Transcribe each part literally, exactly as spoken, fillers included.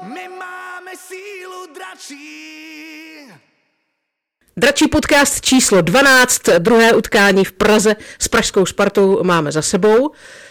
My máme sílu dračí. Dračí podcast číslo dvanáct, druhé utkání v Praze s pražskou Spartou máme za sebou.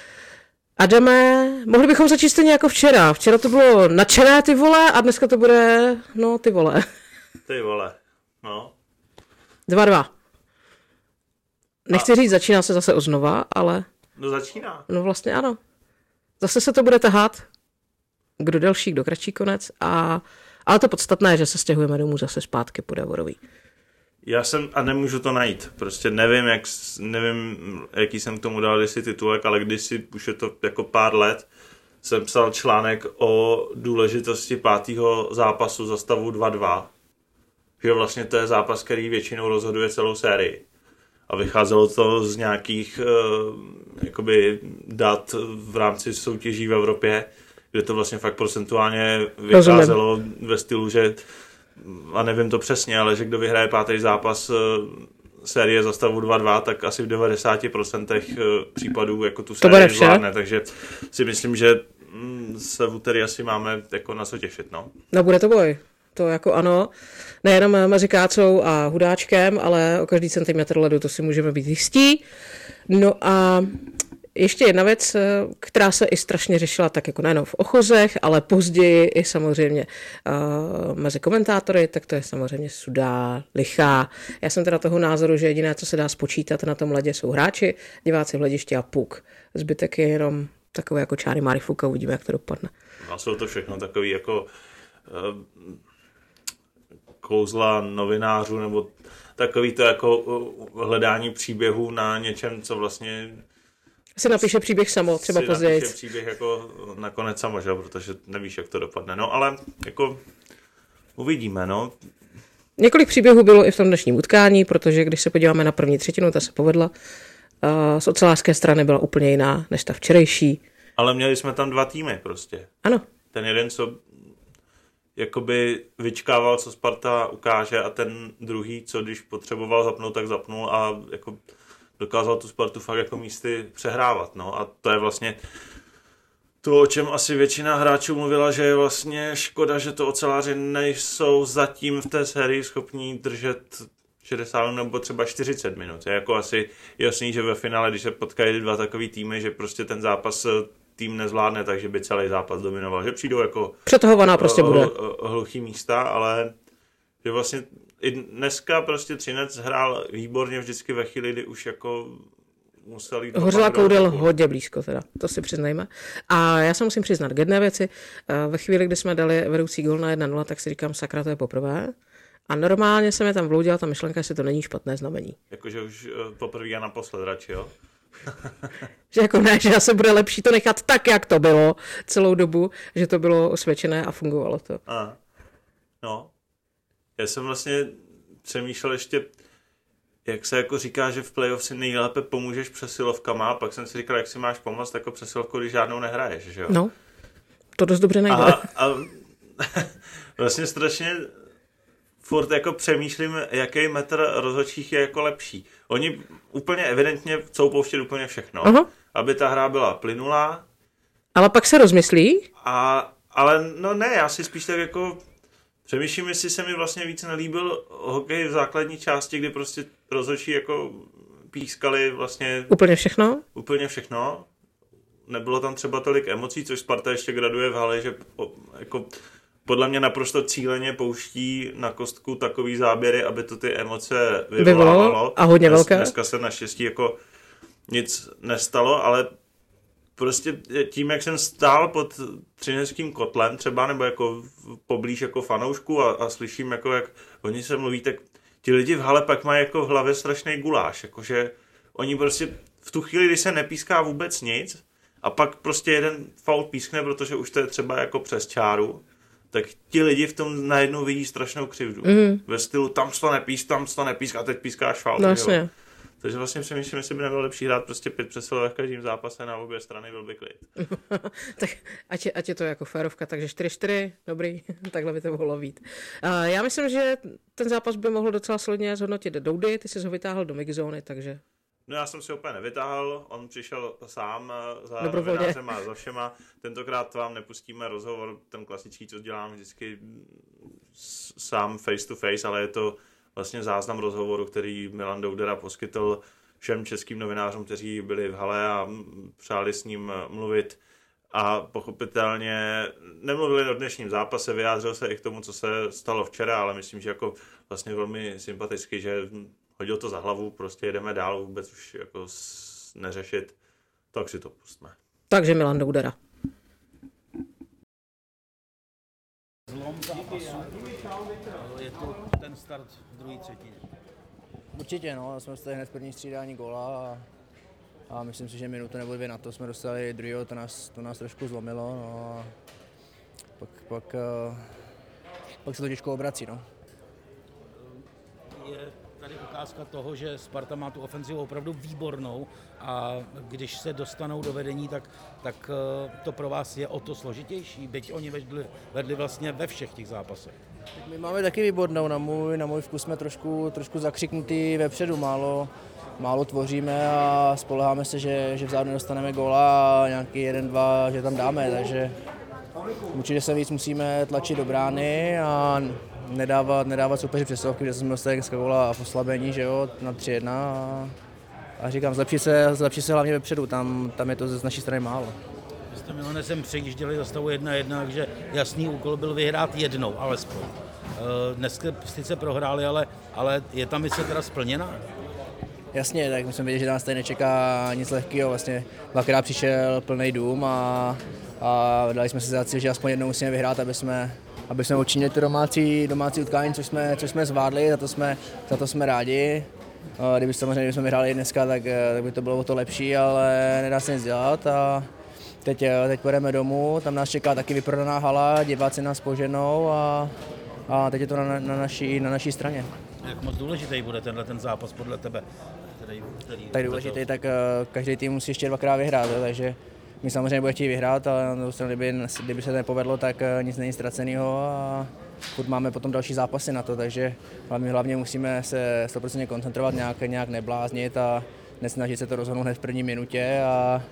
Adame, mohli bychom začít stejně jako včera. Včera to bylo nadšené ty vole a dneska to bude, no ty vole. Ty vole, no. dva dva. Nechci a... říct, začíná se zase oznova, ale... No začíná. No vlastně ano. Zase se to bude tahat. Kdo delší, kdo kratší konec. A... Ale to podstatné je, že se stěhujeme domů zase zpátky po Davorový. Já jsem, a nemůžu to najít, prostě nevím, jak, nevím, jaký jsem k tomu dal kdysi titulek, ale kdysi, už je to jako pár let, jsem psal článek o důležitosti pátého zápasu za stavu dva dva. Že vlastně to je zápas, který většinou rozhoduje celou sérii. A vycházelo to z nějakých uh, jakoby dat v rámci soutěží v Evropě, kde to vlastně fakt procentuálně vycházelo Rozumím. Ve stylu, že a nevím to přesně, ale že kdo vyhraje pátý zápas uh, série za stavu dva dva, tak asi v devadesát procent uh, případů jako tu sérii zvládne, takže si myslím, že mm, se v úterý asi máme jako na co těšit, no. No bude to boj. To jako ano, nejenom mezi Kácou a Hudáčkem, ale o každý centimetr ledu to si můžeme být jistí. No a ještě jedna věc, která se i strašně řešila tak jako nejenom v Ochozech, ale později i samozřejmě uh, mezi komentátory, tak to je samozřejmě sudá, lichá. Já jsem teda toho názoru, že jediné, co se dá spočítat na tom ledě, jsou hráči, diváci v hledišti a puk. Zbytek je jenom takové jako čáry Máry Fuka, uvidíme, jak to dopadne. A jsou to všechno takový jako... Uh... kouzla novinářů, nebo takový to jako hledání příběhů na něčem, co vlastně... Si napíše příběh samo, třeba později. Si napíše příběh jako nakonec samo, že? Protože nevíš, jak to dopadne. No ale jako uvidíme, no. Několik příběhů bylo i v tom dnešním utkání, protože když se podíváme na první třetinu, ta se povedla. Z ocelářské strany byla úplně jiná než ta včerejší. Ale měli jsme tam dva týmy prostě. Ano. Ten jeden, co jakoby vyčkával, co Sparta ukáže, a ten druhý, co když potřeboval zapnout, tak zapnul a jako dokázal tu Spartu fakt jako místy přehrávat, no, a to je vlastně to, o čem asi většina hráčů mluvila, že je vlastně škoda, že to oceláři nejsou zatím v té sérii schopní držet šedesát nebo třeba čtyřicet minut. Je jako asi jasný, že ve finále, když se potkají dva takový týmy, že prostě ten zápas tým nezvládne, takže by celý zápas dominoval, že přijdou jako přetahovaná prostě bude hluchý místa, ale že vlastně i dneska prostě Třinec hrál výborně vždycky ve chvíli, kdy už jako musel jít. Hořela koudel hodně blízko teda, to si přiznejme. A já se musím přiznat k jedné věci, ve chvíli, kdy jsme dali vedoucí gól na jedna nula, tak si říkám, sakra, to je poprvé. A normálně se mi tam vloudila ta myšlenka, jestli to není špatné znamení. Jakože už poprvé a naposled radši, jo? Že jako ne, že se bude lepší to nechat tak, jak to bylo celou dobu, že to bylo osvědčené a fungovalo to. A, no, já jsem vlastně přemýšlel ještě, jak se jako říká, že v playoff si nejlépe pomůžeš přesilovkama, a pak jsem si říkal, jak si máš pomoct jako přesilovkou, když žádnou nehraješ, že jo? No, to dost dobře nejde. A, a vlastně strašně furt jako přemýšlím, jaký metr rozhodčích je jako lepší. Oni úplně evidentně chcou pouštět úplně všechno, uh-huh. aby ta hra byla plynulá. Ale pak se rozmyslí? A, ale no ne, já si spíš tak jako přemýšlím, jestli se mi vlastně víc nelíbil hokej v základní části, kdy prostě rozhodčí jako pískali vlastně... Úplně všechno? Úplně všechno. Nebylo tam třeba tolik emocí, což Sparta ještě graduje v hale, že jako... podle mě naprosto cíleně pouští na kostku takový záběry, aby to ty emoce vyvolávalo. A hodně velké. Dneska se naštěstí jako nic nestalo, ale prostě tím, jak jsem stál pod třineckým kotlem třeba, nebo jako poblíž jako fanoušku a, a slyším, jako jak oni se mluví, tak ti lidi v hale pak mají jako v hlavě strašný guláš, jakože oni prostě v tu chvíli, kdy se nepíská vůbec nic a pak prostě jeden faul pískne, protože už to je třeba jako přes čáru, tak ti lidi v tom najednou vidí strašnou křivdu. Mm. Ve stylu tam to nepísk, tam to nepísk a teď pískáš faul. No, jasně. Takže vlastně přemýšlím, jestli by nebylo lepší hrát prostě pět přesilovek v každém zápase, na obě strany byl by klid. Tak ať je, ať je to jako férovka, takže čtyři čtyři, dobrý, takhle by to mohlo být. Uh, já myslím, že ten zápas by mohl docela solidně zhodnotit Doudy, ty jsi ho vytáhl do mixzóny, takže... No já jsem si úplně nevytáhl, on přišel sám za Dobrovolně. novinářem a za všema. Tentokrát vám nepustíme rozhovor, ten klasický, co dělám vždycky sám face to face, ale je to vlastně záznam rozhovoru, který Milan Doudera poskytl všem českým novinářům, kteří byli v hale a přáli s ním mluvit. A pochopitelně nemluvili o dnešním zápase, vyjádřil se i k tomu, co se stalo včera, ale myslím, že jako vlastně velmi sympaticky, že hodil to za hlavu, prostě jedeme dál, vůbec už jako neřešit, tak si to pustíme. Takže Milan Doudera. Zlom zápasu, je to ten start v druhé třetině. Určitě, no, jsme dostali hned první střídání góla a, a myslím si, že minutu nebo dvě na to jsme dostali druhého, to nás, to nás trošku zlomilo, no a pak, pak, pak se to těžko obrací, no. Je tady ukázka toho, že Sparta má tu ofenzivu opravdu výbornou a když se dostanou do vedení, tak, tak to pro vás je o to složitější, byť oni vedli, vedli vlastně ve všech těch zápasech. Tak my máme taky výbornou, na můj, na můj vkus jsme trošku, trošku zakřiknutý vepředu, málo, málo tvoříme a spoleháme se, že, že vzadu dostaneme góla a nějaký jeden, dva, že tam dáme, takže určitě se víc musíme tlačit do brány a nedávat, nedávat soupeři přesilovky, že jsme dostali dneska góla a oslabení, že jo, na tři jedna a, a říkám, zlepší se, zlepší se hlavně vepředu, tam, tam je to z naší strany málo. Vy jste Milane sem přejížděli za stavu jedna jedna, takže jasný úkol byl vyhrát jednou, alespoň. Dneska sice prohráli, ale, ale je tam mise teda splněna? Jasně, tak musím vědět, že nás tady nečeká nic lehkého, vlastně dvakrát přišel plný dům a, a dali jsme si za cíl, že aspoň jednou musíme vyhrát, aby jsme, aby jsme učinili to domácí, domácí utkání, což jsme, což jsme zvládli, za to jsme, za to jsme rádi. Kdyby samozřejmě kdyby jsme vyhráli dneska, tak, tak by to bylo o to lepší, ale nedá se nic dělat. A teď, teď půjdeme domů, tam nás čeká taky vyprodaná hala, diváci nás poženou a, a teď je to na, na, naší, na naší straně. Jak moc důležitý bude tenhle ten zápas podle tebe? Který, který tak důležitý, tak každý tým musí ještě dvakrát vyhrát, takže my samozřejmě budeme chtít vyhrát, ale na druhou stranu, kdyby, kdyby se to nepovedlo, tak nic není ztracenýho a furt máme potom další zápasy na to, takže my hlavně musíme se sto procent koncentrovat, nějak, nějak nebláznit a nesnažit se to rozhodnout hned v první minutě, a,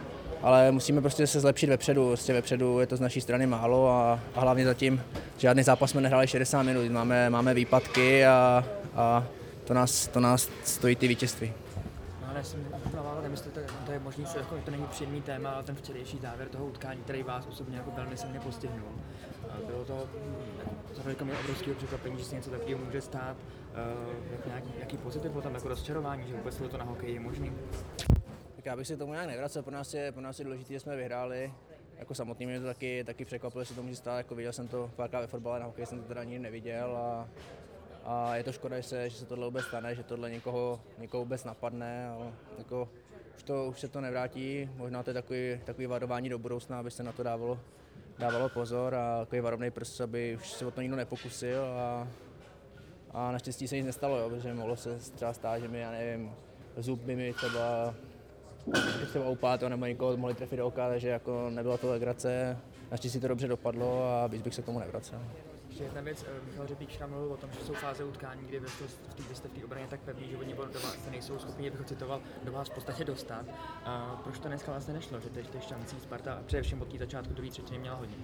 ale musíme prostě se zlepšit vepředu, prostě vepředu je to z naší strany málo a, a hlavně zatím žádný zápas jsme nehráli šedesát minut, máme, máme výpadky a, a to, nás, to nás stojí ty vítězství. Ale jsem naváděl, nemyslíte, to je možný, jako to není příjemný téma, ale ten včerejší závěr toho utkání, který vás osobně jako velmi silně postihnul. Bylo to jako mě obrovského překvapení, že se něco takového může stát. Jako nějaký, nějaký pozitiv bylo tam jako rozčarování, že vůbec to na hokeji je možný? Tak já bych se tomu nějak nevracel, pro nás je, pro nás je důležité, že jsme vyhráli. Jako samotný mě to taky, taky překvapilo, že se to může stát, jako viděl jsem to párkrát ve fotbale, na hokeji jsem to teda nikdy neviděl a A je to škoda, že se, že se tohle vůbec stane, že tohle někoho, někoho vůbec napadne, ale jako už, to, už se to nevrátí, možná to je takový, takový varování do budoucna, aby se na to dávalo, dávalo pozor a takový varovný prst, aby už se o to nikdo nepokusil a, a naštěstí se nic nestalo, jo, protože mohlo se třeba stát, že mi, já nevím, zub by mi třeba, třeba upát, nebo někoho mohli trefit do oka, takže jako nebyla to legrace, naštěstí to dobře dopadlo a víc bych se k tomu nevracel. Ještě jedna věc, Michal Řebík včera mluvil o tom, že jsou fáze utkání, kdy vy jste v té obraně tak pevný, že oni do vás nejsou schopni, jak bych ho citoval, do vás v podstatě dostat. A proč to dneska vlastně nešlo, že teď těch šancí Sparta především od té začátku druhé třetiny měla hodně?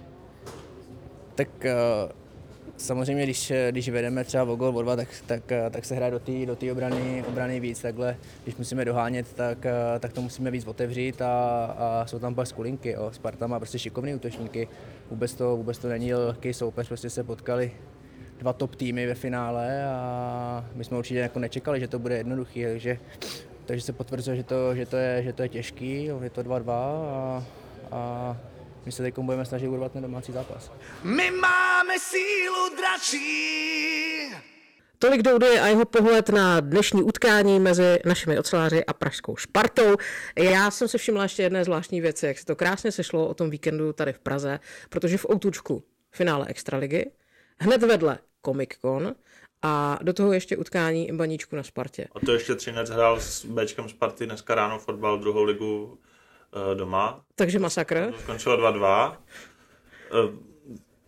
Tak uh, samozřejmě, když, když vedeme třeba o gól, o dva, tak, tak, tak se hraje do té do té obrany, obrany víc. Takhle, když musíme dohánět, tak, tak to musíme víc otevřít a, a jsou tam pak skulinky. Jo. Sparta má prostě šikovný útočníky, vůbec to, vůbec to není lehký soupeř, prostě se potkali dva top týmy ve finále a my jsme určitě jako nečekali, že to bude jednoduchý, takže, takže se potvrzuje, že to, že to, je, že to je těžký, je to dva dva a, a my se teď budeme snažit urvat ten domácí zápas. My máme sílu dračí. Tolik Doudy a jeho pohled na dnešní utkání mezi našimi oceláři a pražskou Spartou. Já jsem se všimla ještě jedné zvláštní věci, jak se to krásně sešlo o tom víkendu tady v Praze, protože v Outučku finále Extraligy, hned vedle Comic Con a do toho ještě utkání Baníčku na Spartě. A to ještě Třinec hrál s Bčkem Sparty dneska ráno fotbal druhou ligu doma. Takže masakr. Skončilo dva dva.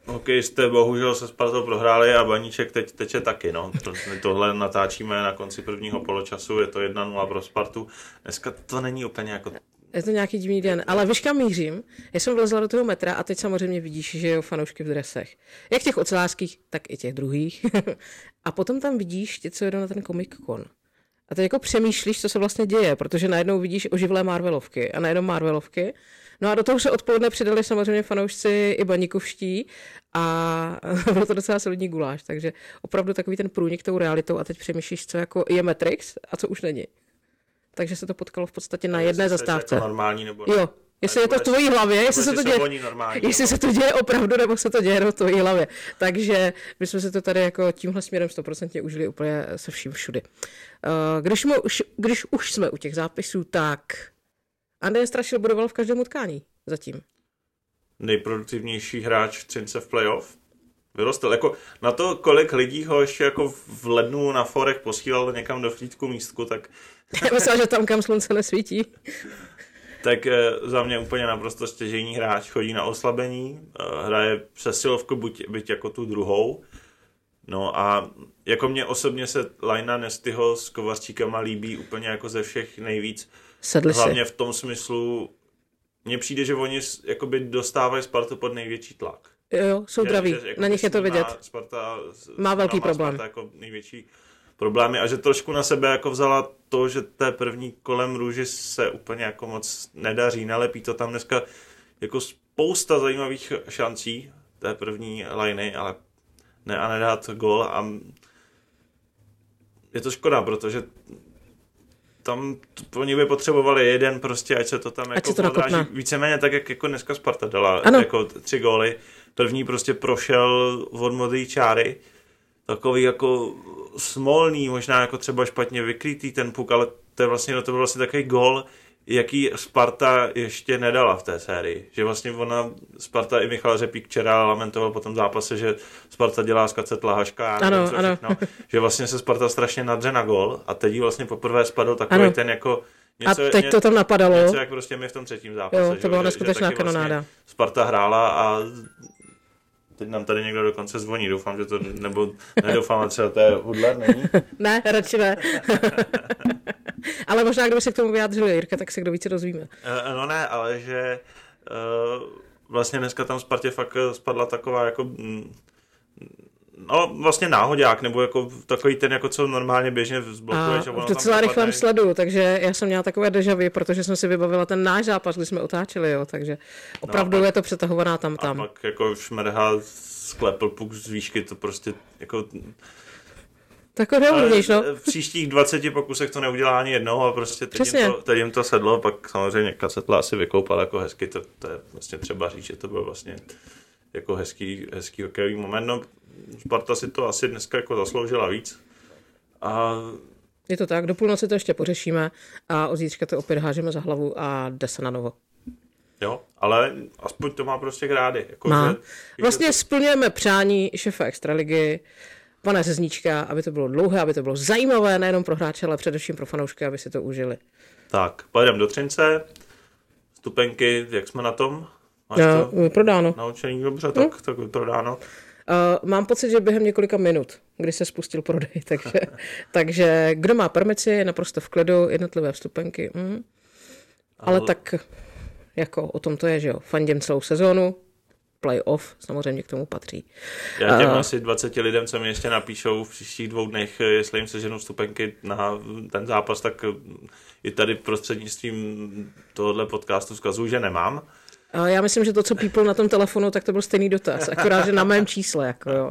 hokejisté bohužel se Spartou prohráli a Baníček teď teče taky. No. My tohle natáčíme na konci prvního poločasu, je to jedna nula pro Spartu. Dneska to není úplně jako... Je to nějaký divný den, ale víš, kam mířím? Já jsem vlezla do toho metra a teď samozřejmě vidíš, že jo, fanoušky v dresech. Jak těch ocelářských, tak i těch druhých. A potom tam vidíš ti, co jedou na ten Comic Con. A teď jako přemýšlíš, co se vlastně děje, protože najednou vidíš oživlé Marvelovky a najednou Marvelovky. No a do toho se odpoledne přidali samozřejmě fanoušci i baníkovští a bylo to docela solidní guláš, takže opravdu takový ten průnik tou realitou a teď přemýšlíš, co jako je Matrix a co už není. Takže se to potkalo v podstatě na jedné zastávce. Jako normální nebo ne? Jo, jestli je to v tvojí hlavě, jestli se to děje, jestli se to děje opravdu, nebo se to děje v tvojí hlavě. Takže my jsme se to tady jako tímhle směrem stoprocentně užili úplně se vším všudy. Když, mu, když už jsme u těch zápisů, tak Andrej Strašil bodoval v každém utkání zatím. Nejproduktivnější hráč v Třince v playoff. Vyrostl. Jako na to, kolik lidí ho ještě jako v lednu na forech posílalo někam do flítku místku, tak... Já myslím, že tam, kam slunce nesvítí. Tak za mě úplně naprosto stěžejní hráč, chodí na oslabení, hraje přesilovku, buď, byť jako tu druhou. No a jako mě osobně se Lajna Nestyho s Kovaříkama líbí úplně jako ze všech nejvíc. Sedli Hlavně si. v tom smyslu, mně přijde, že oni jakoby dostávají Spartu pod největší tlak. Jo, jo, jsou draví, jako na nich je to vidět. Sparta, má velký problém. Sparta jako největší problémy a že trošku na sebe jako vzala to, že té první kolem Růži se úplně jako moc nedaří, nelepí to tam dneska jako spousta zajímavých šancí té první liny, ale ne a nedát gól a je to škoda, protože tam oni by potřebovali jeden prostě, ať se to tam ať jako to podráží víceméně tak, jak jako dneska Sparta dala ano. jako tři góly. První prostě prošel od modré čáry, takový jako smolný, možná jako třeba špatně vykrytý ten puk, ale to je vlastně, no to byl vlastně takový gól, jaký Sparta ještě nedala v té sérii. Že vlastně ona, Sparta i Michal Řepík včera lamentoval po tom zápase, že Sparta dělá skacet lahaška a ano, co ano. všechno. Že vlastně se Sparta strašně nadře na gól a teď jí vlastně poprvé spadl takový ano. ten jako něco, a teď ně, to tam napadalo. Něco jak prostě my v tom třetím zápase. Jo, to byla neskutečná kanonáda. Vlastně Sparta hrála a teď nám tady někdo dokonce zvoní, doufám, že to, nebo nedoufám, a třeba to je Hudler, není? Ne, radši ne. Ale možná, kdyby se k tomu vyjádřil Jirka, tak se kdo více dozvíme. Uh, no ne, ale že uh, vlastně dneska tam Spartě fakt spadla taková jako mm, no vlastně náhodák, nebo jako takový ten, jako co normálně běžně zblokuje. A v docela rychlém sledu, takže já jsem měla takové deja vu, protože jsem si vybavila ten náš zápas, kdy jsme otáčeli, jo, takže opravdu no pak, je to přetahovaná tam tam. A pak jako šmrhá sklepl puk z výšky, to prostě jako... Tak neumíš, no. V příštích dvaceti pokusech to neudělá ani jednou a prostě teď jim, to, teď jim to sedlo, pak samozřejmě Kacetla asi vykoupal jako hezky, to, to je vlastně třeba říct, že to byl vlastně jako hezký, hezký hokejový moment. No, Sparta si to asi dneska jako zasloužila víc. A... Je to tak, do půlnoci to ještě pořešíme a od zítřka to opět hážeme za hlavu a jde se na novo. Jo, ale aspoň to má prostě grády. Jako má. Že, vlastně to... splňujeme přání šefa extraligy, pana Řezníčka, aby to bylo dlouhé, aby to bylo zajímavé, nejenom pro hráče, ale především pro fanoušky, aby si to užili. Tak, pojedeme do Třince, stupenky, jak jsme na tom? Máš no, to vyprodáno. Naučený dobře, tak, no. tak vyprodáno. Uh, mám pocit, že během několika minut, kdy se spustil prodej, takže, takže kdo má permici, je naprosto v klidu, jednotlivé vstupenky. Mm. Ale, Ale tak jako o tom to je, že jo, fandím celou sezónu, playoff samozřejmě k tomu patří. Já těm uh, asi dvaceti lidem, co mi ještě napíšou v příštích dvou dnech, jestli jim seženou vstupenky na ten zápas, tak i tady prostřednictvím tohohle podcastu vzkazuju, že nemám. Já myslím, že to, co pípl na tom telefonu, tak to byl stejný dotaz, akorát, že na mém čísle, jako jo.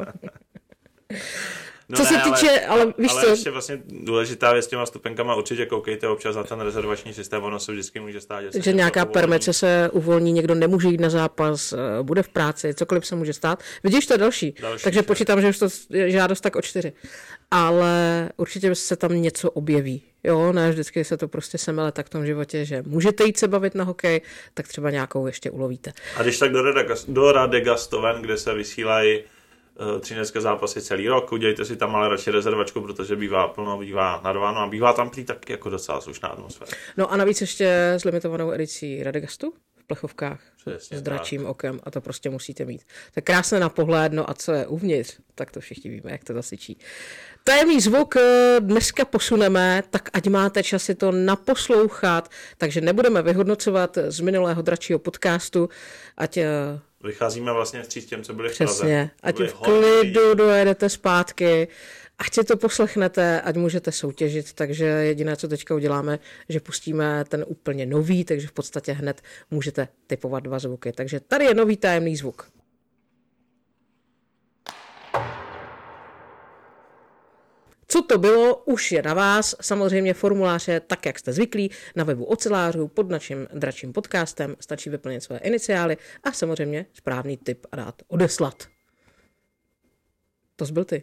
No co ne, se týče, ale, ale víš ale co? ještě vlastně důležitá věc s těma stupenkama, určitě koukejte občas na ten rezervační systém, ono se vždycky může stát, že, že nějaká permice se uvolní, někdo nemůže jít na zápas, bude v práci, cokoliv se může stát. Vidíš, to je další, další takže že? Počítám, že už to je žádost tak o čtyři. Ale určitě se tam něco objeví. Jo, ne, vždycky se to prostě semele tak v tom životě, že můžete jít se bavit na hokej, tak třeba nějakou ještě ulovíte. A když tak do, Radegast, do Radegastoven, kde se vysílají uh, třinecké zápasy celý rok, udělejte si tam ale radši rezervačku, protože bývá plno, bývá narváno a bývá tam prý taky jako docela slušná atmosféra. No a navíc ještě s limitovanou edicí Radegastu v plechovkách Přesně s dračím tak. okem a to prostě musíte mít. To je krásné na pohled, no a co je uvnitř, tak to všichni víme, jak to zasyčí. Tajemný zvuk dneska posuneme, tak ať máte čas si to naposlouchat, takže nebudeme vyhodnocovat z minulého dračího podcastu, ať... Vycházíme vlastně vstříc těm, co byli v Praze. Přesně, ať Byli v klidu hodný. dojedete zpátky, ať si to poslechnete, ať můžete soutěžit, takže jediné, co teďka uděláme, že pustíme ten úplně nový, takže v podstatě hned můžete typovat dva zvuky. Takže tady je nový tajemný zvuk. Co to bylo, už je na vás. Samozřejmě formulář je tak, jak jste zvyklí, na webu Ocelářů pod naším dračím podcastem. Stačí vyplnit své iniciály a samozřejmě správný tip a dát odeslat. To zbyl ty.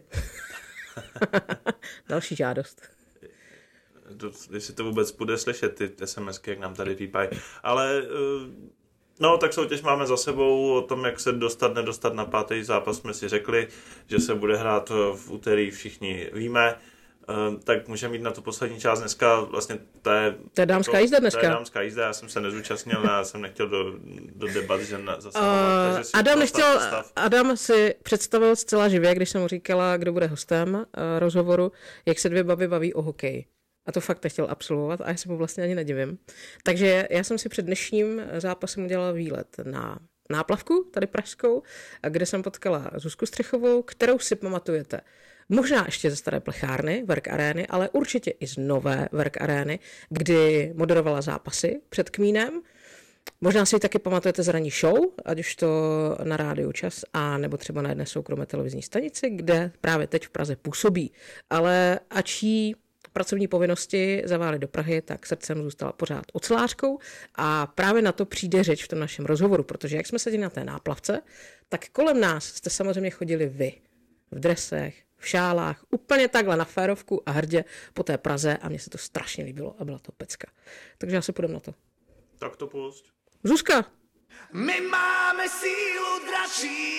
Další žádost. Jestli to vůbec bude slyšet, ty SMSky, jak nám tady pípají. Ale no, tak soutěž máme za sebou. O tom, jak se dostat, nedostat na pátý zápas, jsme si řekli, že se bude hrát v úterý, všichni víme. Tak můžeme jít na tu poslední část dneska. Vlastně to je, to je dámská jízda dneska. To je dámská jízda, já jsem se nezúčastnil, já jsem nechtěl do, do debat, že zase. Uh, Adam nechtěl, Adam si představil zcela živě, když jsem mu říkala, kdo bude hostem uh, rozhovoru, jak se dvě baby baví o hokeji. A to fakt nechtěl absolvovat a já se mu vlastně ani nedivím. Takže já jsem si před dnešním zápasem udělala výlet na náplavku, tady pražskou, kde jsem potkala Zuzku Střechovou, kterou si pamatujete. Možná ještě ze staré plechárny, Werk Arény, ale určitě i z nové Werk Arény, kdy moderovala zápasy před Kmínem. Možná si ji taky pamatujete z ranní show, ať už to na rádiu Čas, a nebo třeba na jedné soukromé televizní stanici, kde právě teď v Praze působí. Ale ač jí pracovní povinnosti zavály do Prahy, tak srdcem zůstala pořád ocelářkou a právě na to přijde řeč v tom našem rozhovoru, protože jak jsme seděli na té náplavce, tak kolem nás jste samozřejmě chodili vy v dresech, v šálách, úplně takhle na férovku a hrdě po té Praze a mně se to strašně líbilo a byla to pecka. Takže já se půjdem na to. Tak to pusť. Zuzka! My máme sílu dračí,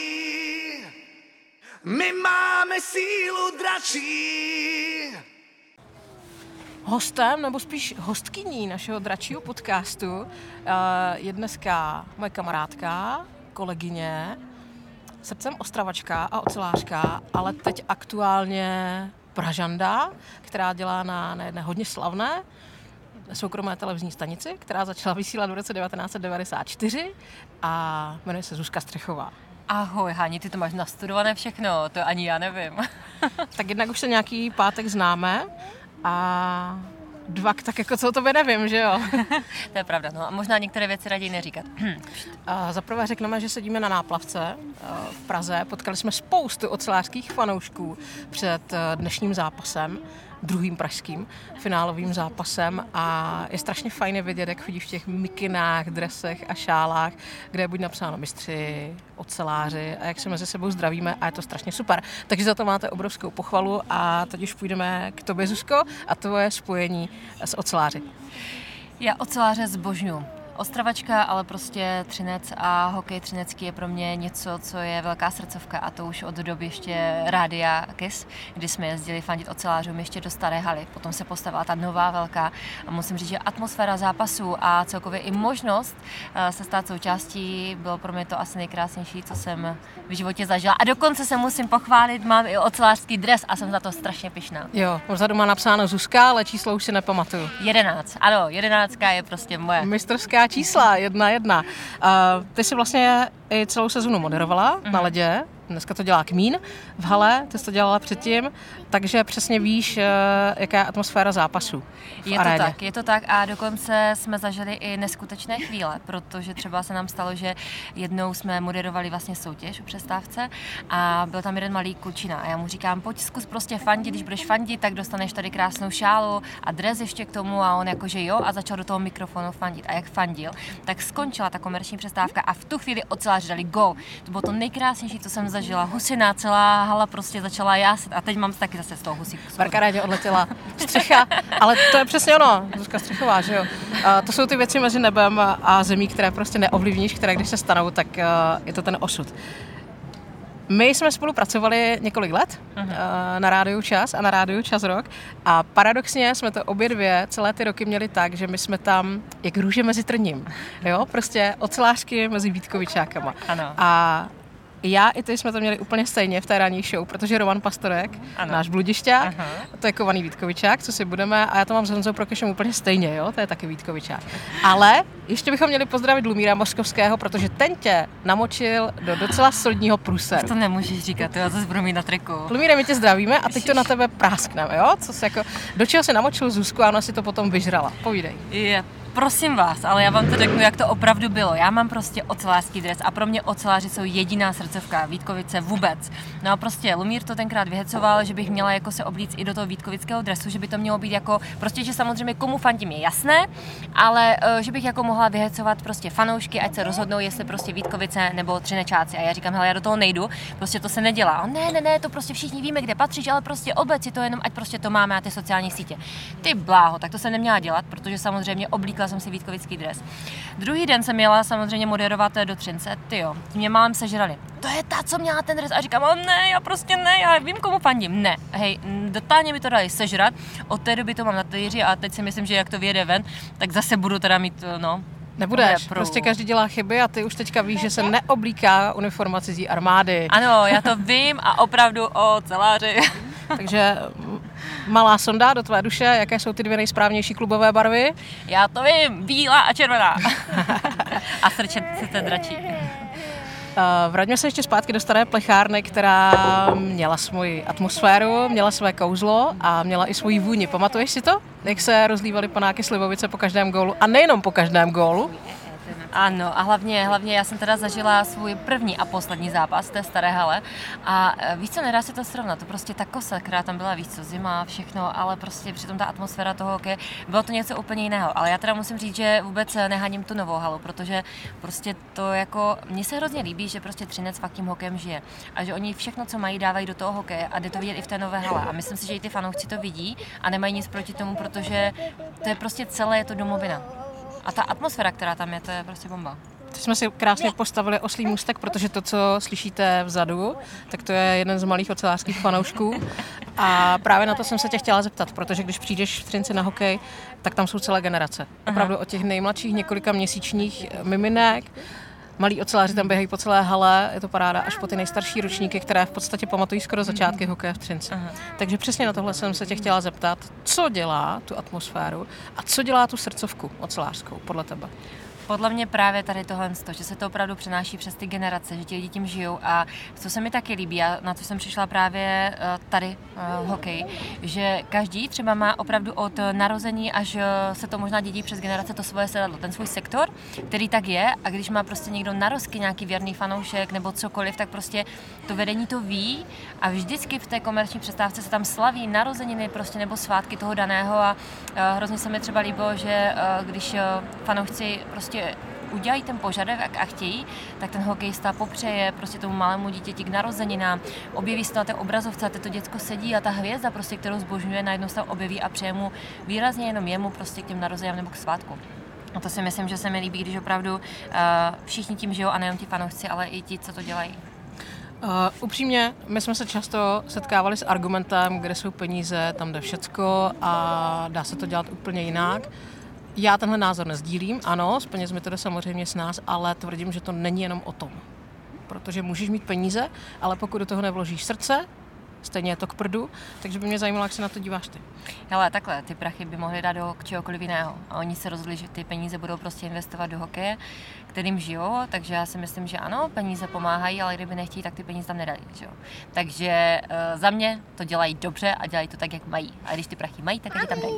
my máme sílu dračí. Hostem, nebo spíš hostkyní našeho dračího podcastu je dneska moje kamarádka, kolegyně, srdcem Ostravačka a ocelářka, ale teď aktuálně Pražanda, která dělá na, na jedné hodně slavné soukromé televizní stanici, která začala vysílat v roce devatenáct set devadesát čtyři a jmenuje se Zuzka Střechová. Ahoj, Hani, ty to máš nastudované všechno, to ani já nevím. Tak jednak už se nějaký pátek známe a dva, tak jako co o tobě nevím, že jo? To je pravda, no a možná některé věci raději neříkat. Za prvé řekneme, že sedíme na náplavce v Praze, potkali jsme spoustu ocelářských fanoušků před dnešním zápasem, druhým pražským finálovým zápasem a je strašně fajn vidět, jak chodí v těch mikinách, dresech a šálách, kde je buď napsáno mistři, oceláři a jak se mezi sebou zdravíme a je to strašně super. Takže za to máte obrovskou pochvalu a teď už půjdeme k tobě, Zuzko, a tvoje spojení s oceláři. Já oceláře zbožňuji. Ostravačka, ale prostě Třinec a hokej třinecký je pro mě něco, co je velká srdcovka a to už od doby ještě rádia Kiss, kdy jsme jezdili fandit ocelářům ještě do staré haly. Potom se postavila ta nová velká a musím říct, že atmosféra zápasu a celkově i možnost se stát součástí bylo pro mě to asi nejkrásnější, co jsem v životě zažila. A dokonce se musím pochválit, mám i ocelářský dres a jsem za to strašně pyšná. Jo, vzadu má napsáno Zuzka, ale číslo už si nepamatuju. Jedenáct, ano, jedenáctka je prostě moje. Mistrovská čísla, jedna jedna. Uh, ty jsi vlastně i celou sezonu moderovala mm. na ledě, dneska to dělá Kmín v hale, ty jsi to dělala předtím, takže přesně víš, uh, jaká je atmosféra zápasu v Je aréně. to tak, je to tak a dokonce jsme zažili i neskutečné chvíle, protože třeba se nám stalo, že jednou jsme moderovali vlastně soutěž o přestávce a byl tam jeden malý klučina a já mu říkám, pojď zkus prostě fandit, když budeš fandit, tak dostaneš tady krásnou šálu a dres ještě k tomu a on jakože jo a začal do toho mikrofonu fandit a jak fandil, tak skončila ta komerční přestávka a v tu chvíli oceláři dali go. To bylo to nejkrásnější, co jsem zažila. Husina, celá hala prostě začala jásit a teď mám taky zase z toho husíku. V Barkarádě odletěla střecha, ale to je přesně ono, Zuzka Střechová, že jo. A to jsou ty věci mezi nebem a zemí, které prostě neovlivníš, které když se stanou, tak je to ten osud. My jsme spolupracovali několik let uh-huh. na Rádiu Čas a na Rádiu Čas Rock a paradoxně jsme to obě dvě celé ty roky měli tak, že my jsme tam jak růže mezi trním, jo, prostě ocelářky mezi Vítkovičákama. Ano. A já i ty jsme to měli úplně stejně v té ranní show, protože Roman Pastorek, ano. náš bludišťák, Aha. to je kovaný Vítkovičák, co si budeme, a já to mám s Honzou Prokešem úplně stejně, jo, to je taky Vítkovičák. Ale ještě bychom měli pozdravit Lumíra Mořkovského, protože ten tě namočil do docela solidního průseru. To nemůžeš říkat, já zase budu mít na triku. Lumíre, my tě zdravíme a teď to na tebe práskneme, jo, co se jako, do čeho se namočil Zuzku a ona si to potom vyžrala, povídej. Je. Prosím vás, ale já vám to řeknu, jak to opravdu bylo. Já mám prostě ocelářský dres a pro mě oceláři jsou jediná srdcovka, Vítkovice vůbec. No a prostě Lumír to tenkrát vyhecoval, že bych měla jako se oblíct i do toho vítkovického dresu, že by to mělo být jako, prostě, že samozřejmě komu fandím je jasné, ale že bych jako mohla vyhecovat prostě fanoušky, ať se rozhodnou, jestli prostě Vítkovice nebo Třinečáci. A já říkám, hele, já do toho nejdu, prostě to se nedělá. A ne, ne, ne, to prostě všichni víme, kde patříš, ale prostě oblec si to jenom, ať prostě to máme na ty sociální sítě. Ty bláho, tak to jsem neměla dělat, protože samozřejmě oblíkla jsem si vítkovický dres. Druhý den jsem jela samozřejmě moderovat do Třince, tyjo, mě málem sežrali. To je ta, co měla ten dres a říkám, ale ne, já prostě ne, já vím, komu fandím. Ne, hej, totálně mi to dali sežrat, od té doby to mám na talíři a teď si myslím, že jak to vyjede ven, tak zase budu teda mít, no, nebudeš, prostě každý dělá chyby a ty už teďka víš, že se neoblíká uniforma cizí armády. Ano, já to vím a opravdu o celáři. Takže malá sonda do tvé duše, jaké jsou ty dvě nejsprávnější klubové barvy? Já to vím, bílá a červená. A srdce dračí. Vraťme se ještě zpátky do staré plechárny, která měla svoji atmosféru, měla své kouzlo a měla i svoji vůni. Pamatuješ si to? Jak se rozlívaly panáky slivovice po každém gólu? A nejenom po každém gólu. Ano, a hlavně, hlavně já jsem teda zažila svůj první a poslední zápas v té staré hale a víš co, nedá se to srovnat, to prostě ta kosa, která tam byla, víc co, zima, všechno, ale prostě přitom ta atmosféra toho hokeje, bylo to něco úplně jiného, ale já teda musím říct, že vůbec neháním tu novou halu, protože prostě to jako, mně se hrozně líbí, že prostě Třinec fakt tím hokejem žije a že oni všechno, co mají, dávají do toho hokeje a jde to vidět i v té nové hale a myslím si, že i ty fanoušci to vidí a nemají nic proti tomu, protože to je prostě celé, je to domovina. A ta atmosféra, která tam je, to je prostě bomba. Teď jsme si krásně postavili oslí můstek, protože to, co slyšíte vzadu, tak to je jeden z malých ocelářských fanoušků. A právě na to jsem se tě chtěla zeptat, protože když přijdeš v Třinci na hokej, tak tam jsou celé generace. Opravdu od těch nejmladších několika měsíčních miminek, malí oceláři tam běhají po celé hale, je to paráda, až po ty nejstarší ročníky, které v podstatě pamatují skoro začátky hokeje v Třinci. Aha. Takže přesně na tohle jsem se tě chtěla zeptat, co dělá tu atmosféru a co dělá tu srdcovku ocelářskou, podle tebe? Podle mě právě tady tohle, že se to opravdu přenáší přes ty generace, že ti lidi tím žijou a co se mi taky líbí a na co jsem přišla právě tady uh, hokej, že každý třeba má opravdu od narození až se to možná dědí přes generace to svoje sedadlo, ten svůj sektor, který tak je a když má prostě někdo narozky, nějaký věrný fanoušek nebo cokoliv, tak prostě to vedení to ví a vždycky v té komerční přestávce se tam slaví narozeniny prostě nebo svátky toho daného a uh, hrozně se mi třeba líbilo, že uh, když uh, fanoušci prostě udělají ten požadavek a chtějí, tak ten hokejista popřeje prostě tomu malému dítěti k narozeninám, objeví se to na té obrazovce a to děcko sedí a ta hvězda, prostě, kterou zbožňuje, najednou se tam objeví a přeje mu výrazně jenom jemu prostě k těm narozeninám nebo k svátku. A to si myslím, že se mi líbí, když opravdu uh, všichni tím žijou a nejen ti fanoušci, ale i ti, co to dělají. Uh, upřímně, my jsme se často setkávali s argumentem, kde jsou peníze, tam jde všecko a dá se to dělat úplně jinak. Já tenhle názor nezdílím, ano, s penězmi to jde samozřejmě s nás, ale tvrdím, že to není jenom o tom. Protože můžeš mít peníze, ale pokud do toho nevložíš srdce, stejně je to k prdu, takže by mě zajímalo, jak se na to díváš ty. Hele, takhle, ty prachy by mohly dát do čehokoliv jiného. A oni se rozhodli, že ty peníze budou prostě investovat do hokeje, kterým žijou, takže já si myslím, že ano, peníze pomáhají, ale kdyby nechtějí, tak ty peníze tam nedají. Že jo? Takže uh, za mě to dělají dobře a dělají to tak, jak mají. A když ty prachy mají, tak je tam dají.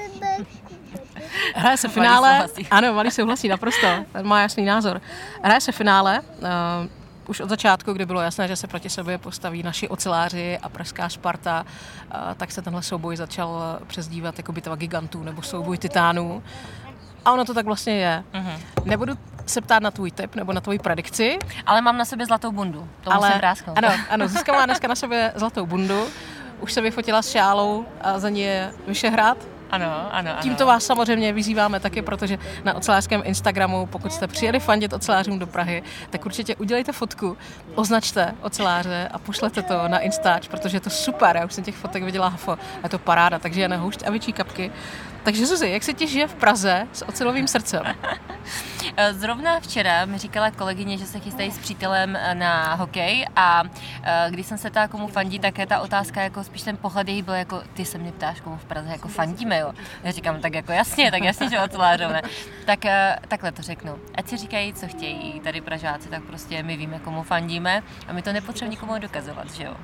Hraje se finále, ano, Malý souhlasí naprosto, ten má jasný názor. Hraje se finále, uh, už od začátku, kdy bylo jasné, že se proti sobě postaví naši oceláři a pražská Sparta, uh, tak se tenhle souboj začal přezdívat jako bitva gigantů nebo souboj titánů. A ono to tak vlastně je. Uh-huh. Nebudu se ptát na tvůj tip nebo na tvoji predikci. Ale mám na sobě zlatou bundu, to ale, musím vrásknout. Ano, ano, Zuzka má dneska na sobě zlatou bundu, už se vyfotila s šálou a za ní je Vyšehrad. Ano, ano, ano. Tímto vás samozřejmě vyzýváme taky, protože na ocelářském Instagramu, pokud jste přijeli fandit ocelářům do Prahy, tak určitě udělejte fotku, označte oceláře a pošlete to na Instač, protože je to super, já už jsem těch fotek viděla hafo, je to paráda, takže je na houšť a větší kapky. Takže Zuzi, jak se ti žije v Praze s ocelovým srdcem? Zrovna včera mi říkala kolegyně, že se chystají s přítelem na hokej a když jsem se ptala, komu fandí, tak ta otázka, jako spíš ten pohled jejich byl jako, ty se mě ptáš, komu v Praze jako fandíme, jo. Já říkám, tak jako jasně, tak jasně, že ocelářů, ne. Tak takhle to řeknu. Ať si říkají, co chtějí tady Pražáci, tak prostě my víme, komu fandíme a my to nepotřebujeme nikomu dokazovat, že jo.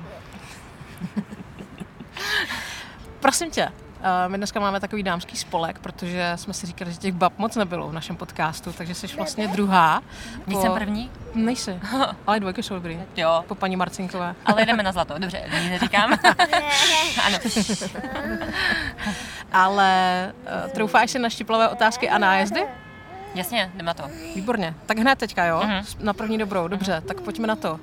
Prosím tě, my dneska máme takový dámský spolek, protože jsme si říkali, že těch bab moc nebylo v našem podcastu, takže jsi vlastně druhá. Když po... jsem první? Nejsi, ale dvojky jsou dobrý. Jo. Po paní Marcinkové. Ale jdeme na zlato, dobře, nic neříkám. Ano. Ale uh, troufáš si na štiplavé otázky a nájezdy? Jasně, jdeme na to. Výborně, tak hned teďka, jo? Uh-huh. Na první dobrou, dobře, uh-huh. Tak pojďme na to.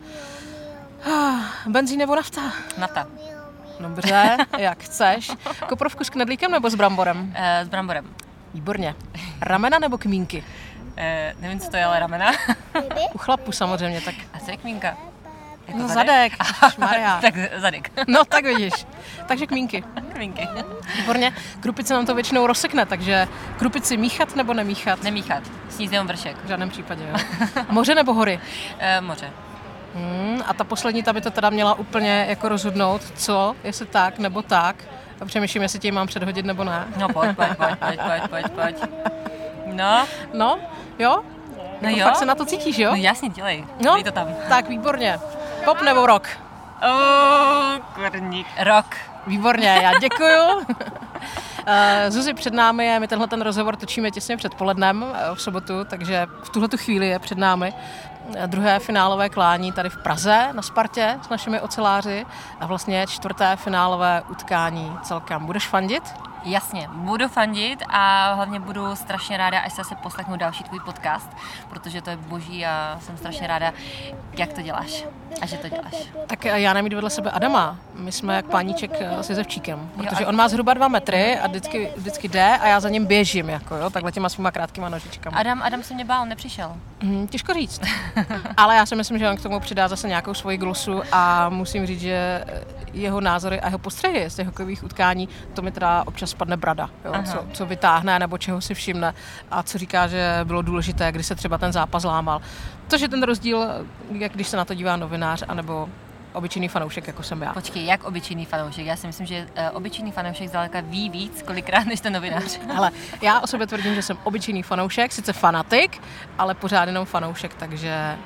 Benzín nebo nafta? Nafta. Dobře, jak chceš. Koprovku s knedlíkem nebo s bramborem? E, s bramborem. Výborně. Ramena nebo kmínky? E, nevím, co to je, ale ramena. U chlapů samozřejmě, tak. A co je kmínka? Jako no zadek, Maria. Tak zadek. No tak vidíš. Takže kmínky. Kmínky. Výborně. Krupice nám to většinou rozsekne, takže krupici míchat nebo nemíchat? Nemíchat. Sníst jenom vršek. V žádném případě, jo. Moře nebo hory? E, moře. Hmm, a ta poslední, ta by to teda měla úplně jako rozhodnout, co, jestli tak nebo tak. A přemýšlím, jestli tě mám předhodit nebo ne. No pojď, pojď, pojď, pojď, pojď, pojď, pojď. No. No, jo? No jako jo. Fakt se na to cítíš, jo? No jasně, dělej. No, Dej to tam. Tak výborně. Pop nebo rock? Oh, kurník. Rock. Výborně, já děkuju. uh, Zuzi, před námi je, my tenhle ten rozhovor točíme těsně před polednem uh, v sobotu, takže v tuhletu chvíli je před námi druhé finálové klání tady v Praze na Spartě s našimi oceláři a vlastně čtvrté finálové utkání celkem. Budeš fandit? Jasně, budu fandit a hlavně budu strašně ráda, až se zase poslechnu další tvůj podcast, protože to je boží a jsem strašně ráda, jak to děláš a že to děláš. Tak já nemít vedle sebe Adama. My jsme jak páníček s Jezevčíkem, protože on má zhruba dva metry a vždycky, vždycky jde a já za ním běžím, jako jo, takhle těma svýma krátkýma nožičkama. Adam, Adam se mě bál, nepřišel. Hmm, těžko říct. Ale já si myslím, že on k tomu přidá zase nějakou svoji glosu a musím říct, že jeho názory a jeho postřehy z těch hokejových utkání, to mi teda občas spadne brada, jo, co, co vytáhne nebo čeho si všimne a co říká, že bylo důležité, když se třeba ten zápas lámal. To, že ten rozdíl, jak když se na to dívá novinář, anebo obyčejný fanoušek, jako jsem já. Počkej, jak obyčejný fanoušek? Já si myslím, že uh, obyčejný fanoušek zdaleka ví víc, kolikrát, než ten novinář. Hele, já o sobě tvrdím, že jsem obyčejný fanoušek, sice fanatik, ale pořád jenom fanoušek, takže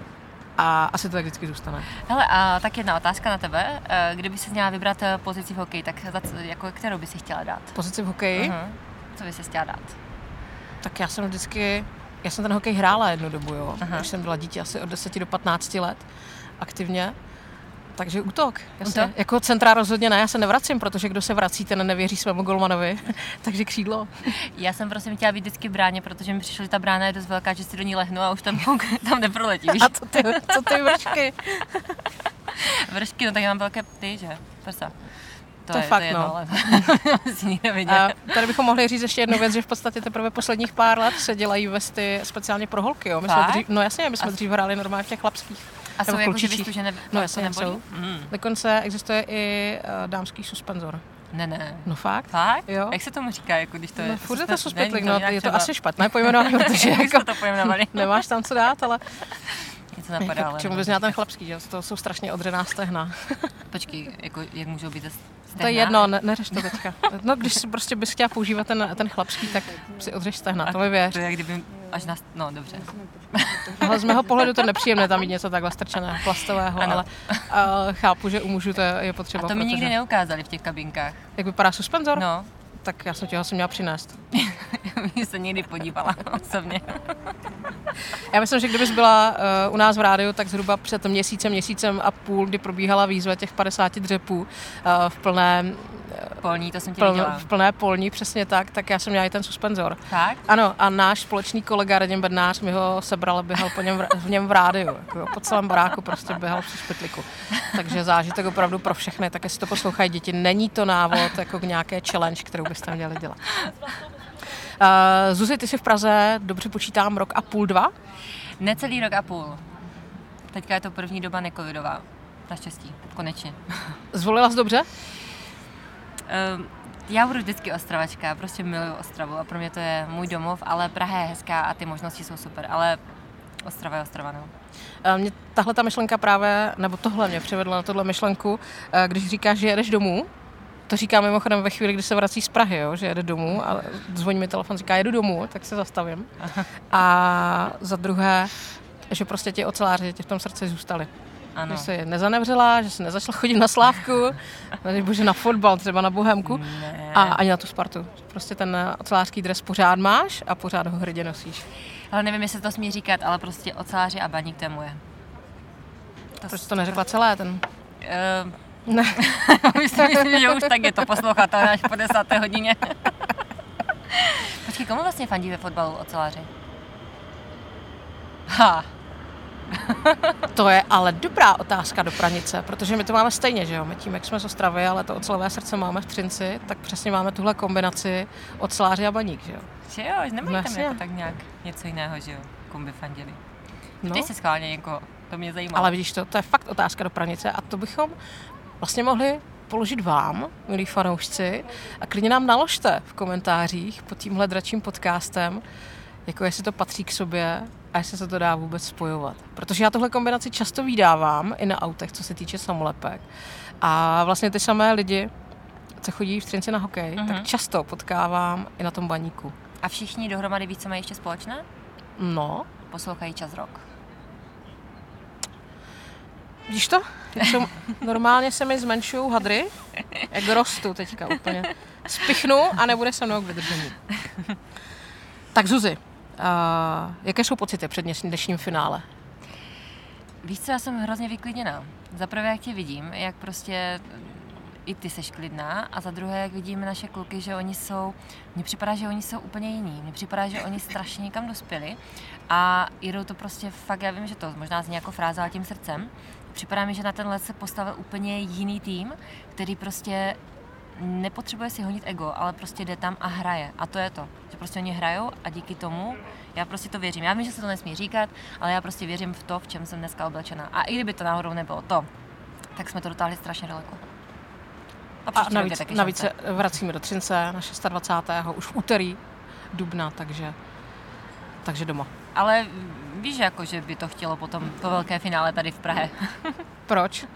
a asi to tak vždycky zůstane. Hele, a tak jedna otázka na tebe. Kdyby si měla vybrat pozici v hokeji, tak za co, jako, kterou by si chtěla dát? Pozici v hokeji? Uh-huh. Co by si chtěla dát? Tak já jsem vždycky, já jsem ten hokej hrála jednu dobu, jo. Uh-huh. Když jsem byla dítě asi od deseti do patnácti let aktivně. Takže útok, jasně. Útok? Jako centra rozhodně ne, já se nevracím, protože kdo se vrací, ten nevěří svému golmanovi, takže křídlo. Já jsem prosím chtěla být vždycky v bráně, protože mi přišlo, že ta brána je dost velká, že si do ní lehnu a už tam, tam neproletíš. A co ty, co ty vršky? Vršky, no tak já mám velké ty, že? Prsa. To, to je, je fakt, to je jedno, no. Ale si nikdo viděl. A tady bychom mohli říct ještě jednu věc, že v podstatě teprve posledních pár let se dělají vesty speciálně pro holky, jo. My jsme dřív, no jasně, my jsme a... dřív hráli normálně v těch chlapských. A jsou jako že vyslužené? No jasně, jsou. Mm. Dokonce existuje i uh, dámský suspenzor. Ne, ne. No fakt? Fakt? Jo. Jak se tomu říká, jako když to je? No furt je to suspendlik, no, je to třeba... asi špatné pojmenované, protože jako to pojmenovali. Nemáš tam co dát, ale něco napadá, jako, k čemu bys měla ten chlapský, že? To jsou strašně odřená stehna. Počkej, jako jak můžou být stehna? To je jedno, ne, neřeš to teďka. No, když si prostě bys chtěla používat ten, ten chlapský, tak si odřeš stehna, to mi věř. To je, kdyby až na... No, dobře. Ale z mého pohledu to je nepříjemné tam mít něco takhle strčené, plastového, ano. Ale uh, chápu, že u mužů to je, je potřeba. A to mi protože... nikdy neukázali v těch kabinkách. Jak vypadá suspenzor? No. Tak já jsem ti ho asi měla přinést. Já se někdy podívala osobně. Já myslím, že kdybys byla uh, u nás v rádiu, tak zhruba před měsícem, měsícem a půl, kdy probíhala výzva těch padesáti dřepů uh, v plné polní, to jsem tě Pln, viděla. v plné polní, přesně tak, tak já jsem měla i ten suspenzor. Tak? Ano, a náš společný kolega Radim Bednář mi ho sebral a běhal po něm v, v něm v rádiu. Jako jo, po celém baráku prostě běhal při špitliku. Takže zážitek opravdu pro všechny, tak jestli to poslouchají děti, není to návod jako k nějaké challenge, kterou byste měli dělat. Uh, Zuzi, ty jsi v Praze, dobře počítám, rok a půl, dva? Necelý rok a půl. Teďka je to první doba necovidová. Naštěstí, konečně. Zvolila jsi dobře? Um, já budu vždycky Ostravačka, prostě miluju Ostravu a pro mě to je můj domov, ale Praha je hezká a ty možnosti jsou super, ale Ostrava je Ostrava, no. Mě tahle ta myšlenka právě, nebo tohle mě přivedla na tohle myšlenku, když říkáš, že jedeš domů, to říká mimochodem ve chvíli, kdy se vrací z Prahy, jo, že jede domů a zvoní mi telefon, říká, jedu domů, tak se zastavím. A za druhé, že prostě ti oceláři tě v tom srdci zůstali. Ano. Že jsi nezanevřela, že jsi nezačala chodit na Slávku, bože na fotbal, třeba na Bohemku Ne. a ani na tu Spartu. Prostě ten ocelářský dres pořád máš a pořád ho hrdě nosíš. Ale nevím, jestli to smí říkat, ale prostě oceláři a baník, to je moje. To Proč jsi to neřekla celé? Ten... Uh, ne. myslím, myslím, že už tak je to poslouchat až po desáté hodině. Počkej, komu vlastně fandí ve fotbalu oceláři? Ha. To je ale dobrá otázka do Pranice, protože my to máme stejně, že jo? My tím, jak jsme z Ostravy, ale to ocelové srdce máme v Třinci, tak přesně máme tuhle kombinaci oceláři a baník, že jo? Že jo, nemají tam Vlastně. jako tak nějak něco jiného, že jo? Komu by fandili. No. Ty si schválně někoho, to mě zajímá. Ale vidíš to, to je fakt otázka do Pranice a to bychom vlastně mohli položit vám, milí fanoušci, a klidně nám naložte v komentářích pod tímhle dračím podcastem, jako jestli to patří k sobě a jestli se to dá vůbec spojovat. Protože já tohle kombinaci často vydávám i na autech, co se týče samolepek. A vlastně ty samé lidi, co chodí v Třinci na hokej, uh-huh. tak často potkávám i na tom baníku. A všichni dohromady víc, co mají ještě společné? No. Poslouchají Čas Rock. Vidíš to? Jsou, normálně se mi zmenšují hadry, jak rostu teďka úplně. Spichnu a nebude se mnou k vydržení. Tak Zuzi, uh, jaké jsou pocity před dnešním finále? Víš co, já jsem hrozně vyklidněná. Za prvé, jak tě vidím, jak prostě i ty seš klidná a za druhé, jak vidíme naše kluky, že oni jsou, mně připadá, že oni jsou úplně jiní. Mně připadá, že oni strašně někam dospěli a jedou to prostě fakt, já vím, že to možná zní jako fráze, ale tím srdcem. Připadá mi, že na ten let se postavil úplně jiný tým, který prostě nepotřebuje si honit ego, ale prostě jde tam a hraje. A to je to, že prostě oni hrajou a díky tomu já prostě to věřím. Já vím, že se to nesmí říkat, ale já prostě věřím v to, v čem jsem dneska oblečena. A i kdyby to náhodou nebylo to, tak jsme to dotáhli strašně daleko. A, a navíc, navíc se vracíme do Třince na dvacátého šestého už v úterý dubna, takže, takže doma. Ale víš, jako, že by to chtělo potom to velké finále tady v Prahe. Proč?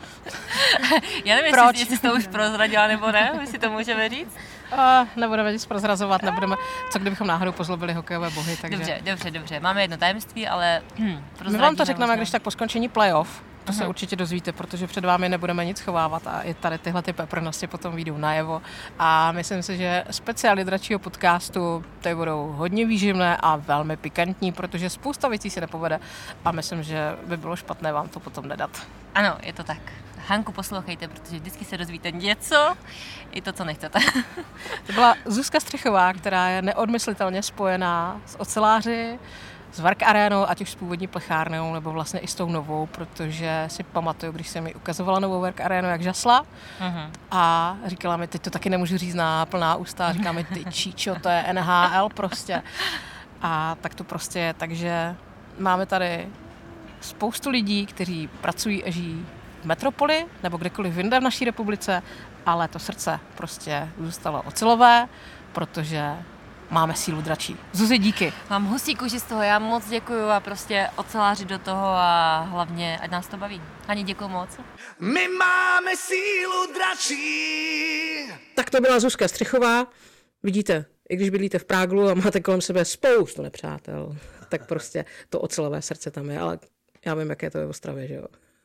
Já nevím, Proč? Jestli, jestli jsi to už prozradila nebo ne, my si to můžeme říct. Uh, nebudeme nic prozrazovat, nebudeme, co kdybychom náhodou pozlobili hokejové bohy, takže... Dobře, dobře, dobře, máme jedno tajemství, ale hm, my vám to řekneme, možná. Když tak po skončení playoff, to se uh-huh. určitě dozvíte, protože před vámi nebudeme nic chovávat a i tady tyhle ty peprnosti potom vyjdou najevo. A myslím si, že speciály dračího podcastu ty budou hodně výživné a velmi pikantní, protože spousta věcí se nepovede a myslím, že by bylo špatné vám to potom nedat. Ano, je to tak. Hanku, poslouchejte, protože vždycky se dozvíte něco, i to, co nechcete. To byla Zuzka Střechová, která je neodmyslitelně spojená s oceláři, s Werk Arenou, ať už s původní plechárnou, nebo vlastně i s tou novou, protože si pamatuju, když jsem mi ukazovala novou Werk Arenu, jak žasla uh-huh. a říkala mi, teď to taky nemůžu říct na plná ústa, a říká mi, ty číčo, to je N H L prostě. A tak to prostě je, takže máme tady spoustu lidí, kteří pracují a žijí v metropoli, nebo kdekoliv jinde v naší republice, ale to srdce prostě zůstalo ocelové, protože máme sílu dračí. Zuzi, díky. Mám husí kůži z toho, já moc děkuju a prostě oceláři do toho a hlavně, ať nás to baví. Hani, děkuju moc. My máme sílu dračí. Tak to byla Zuzka Střechová. Vidíte, i když bydlíte v Práglu a máte kolem sebe spoustu nepřátel, tak prostě to ocelové srdce tam je, ale já vím, jaké to je v Ostravě, že jo.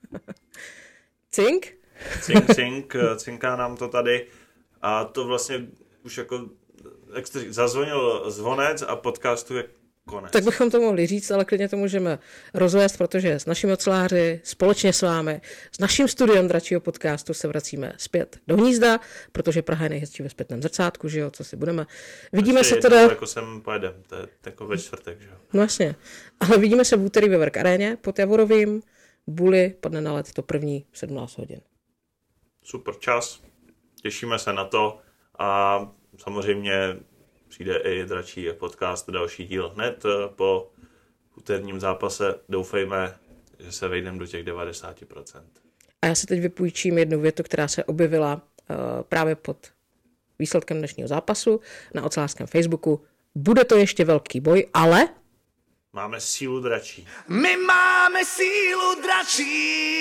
Cink? Cink, cink, cinká nám to tady a to vlastně už jako jak jste řík, zazvonil zvonec a podcastu je konec. Tak bychom to mohli říct, ale klidně to můžeme rozvést, protože s našimi oceláři, společně s vámi, s naším studiem Dračího podcastu se vracíme zpět do hnízda, protože Praha je nejhezčí ve zpětném zrcátku, že jo, co si budeme. Vidíme Ještě se jednou, teda... jako sem pojedem, to je jako ve čtvrtek, že jo. No jasně, ale vidíme se v úterý ve Verk aréně pod Javorovým, Bully padne na led to první v sedmnáct hodin. Super čas, těšíme se na to a samozřejmě přijde i Dračí podcast, další díl hned po úterním zápase. Doufejme, že se vejdeme do těch devadesát procent. A já si teď vypůjčím jednu větu, která se objevila uh, právě pod výsledkem dnešního zápasu na ocelářském Facebooku. Bude to ještě velký boj, ale... Máme sílu dračí. My máme sílu dračí.